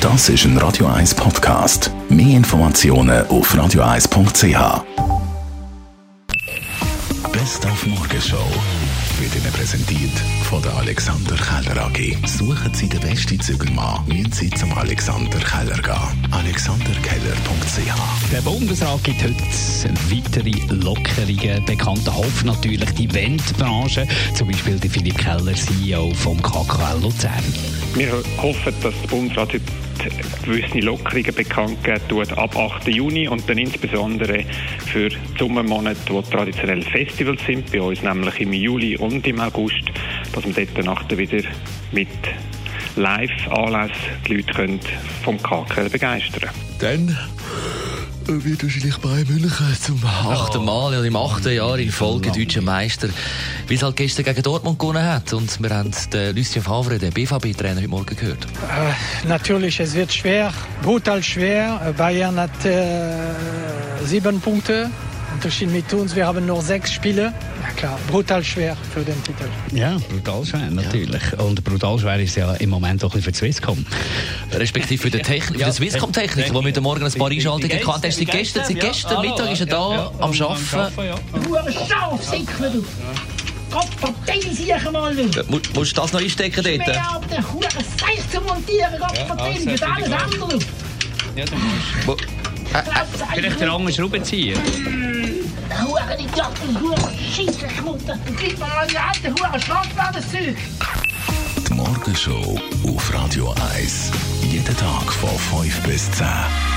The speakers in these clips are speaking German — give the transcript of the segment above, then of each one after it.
Das ist ein Radio 1 Podcast. Mehr Informationen auf radio1.ch. Best auf Morgenshow wird Ihnen präsentiert von der Alexander Keller AG. Suchen Sie den besten Zügelmann, müssen Sie zum Alexander Keller gehen. alexanderkeller.ch. Der Bundesrat gibt heute weitere Lockerungen. Bekannt hofft natürlich die Eventbranche, zum Beispiel der Philipp Keller, CEO vom KKL Luzern. Wir hoffen, dass der Bundesrat heute gewisse Lockerungen bekannt geben ab 8. Juni und dann insbesondere für die Sommermonate, wo traditionell Festivals sind, bei uns nämlich im Juli und im August, dass wir dort danach wieder mit Live-Anlässen die Leute können vom KKL begeistern. Dann wird wahrscheinlich Bayern München zum 8. Mal und im 8. Jahr in Folge deutscher Meister, wie es halt gestern gegen Dortmund gewonnen hat. Und wir haben den Lucien Favre, den BVB-Trainer, heute Morgen gehört. Natürlich, es wird schwer, brutal schwer. Bayern hat 7 Punkte. Unterschied mit uns, wir haben nur 6 Spiele. Ja klar, brutal schwer für den Titel. Ja, brutal schwer natürlich. Ja. Und brutal schwer ist ja im Moment auch ein bisschen für die Swisscom. Respektive für den Techniker, für den Swisscom-Techniker, der mit dem Morgen ein paar Einschaltungen hatte. Seit gestern Mittag ist er da am Arbeiten. Du Schaufsickler, du! Gott, verteilen Sie mal! Musst du das noch einstecken dort? Ich auf den Huren Seich zu montieren, Gott, verteilen, das alles andere! Ja, du musst. Vielleicht den anderen Schraubenzieher. Huren Idioten, Huren Scheisserschmutter! Gib mir mal die alten Huren Schrottladenzeug! Die Morgenshow auf Radio 1. Jeden Tag von 5 bis 10.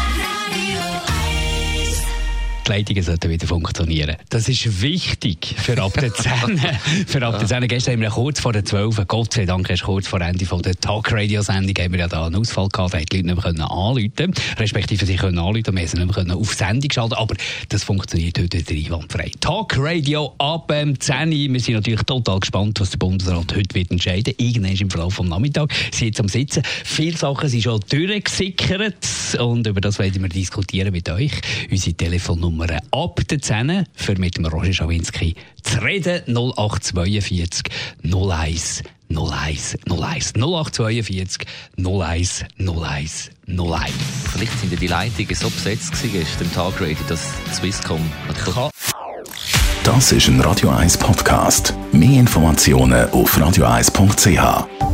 Die Leitungen sollten wieder funktionieren. Das ist wichtig für ab der 10. Für ab der 10. Gestern haben wir kurz vor der 12. Gott sei Dank erst kurz vor Ende von der Talk-Radio-Sendung haben wir ja da einen Ausfall gehabt. Da hätten die Leute nicht mehr anrufen können. Respektive sie können anrufen, wir haben sie nicht mehr auf Sendung schalten. Aber das funktioniert heute wieder einwandfrei. Talk-Radio ab 10. Wir sind natürlich total gespannt, was der Bundesrat heute wird entscheiden. Irgendwann im Verlauf des Nachmittags. Sie jetzt am Sitzen. Viele Sachen sind schon durchgesickert. Und über das werden wir diskutieren mit euch. Unsere Telefonnummer ab der 10 für mit dem Roger Schawinski zu reden. 0842 01 01 01 0842 01 01 01. Vielleicht sind ja die Leitungen so besetzt gestern im Tagradio, dass Swisscom Das ist ein Radio 1 Podcast. Mehr Informationen auf radio1.ch.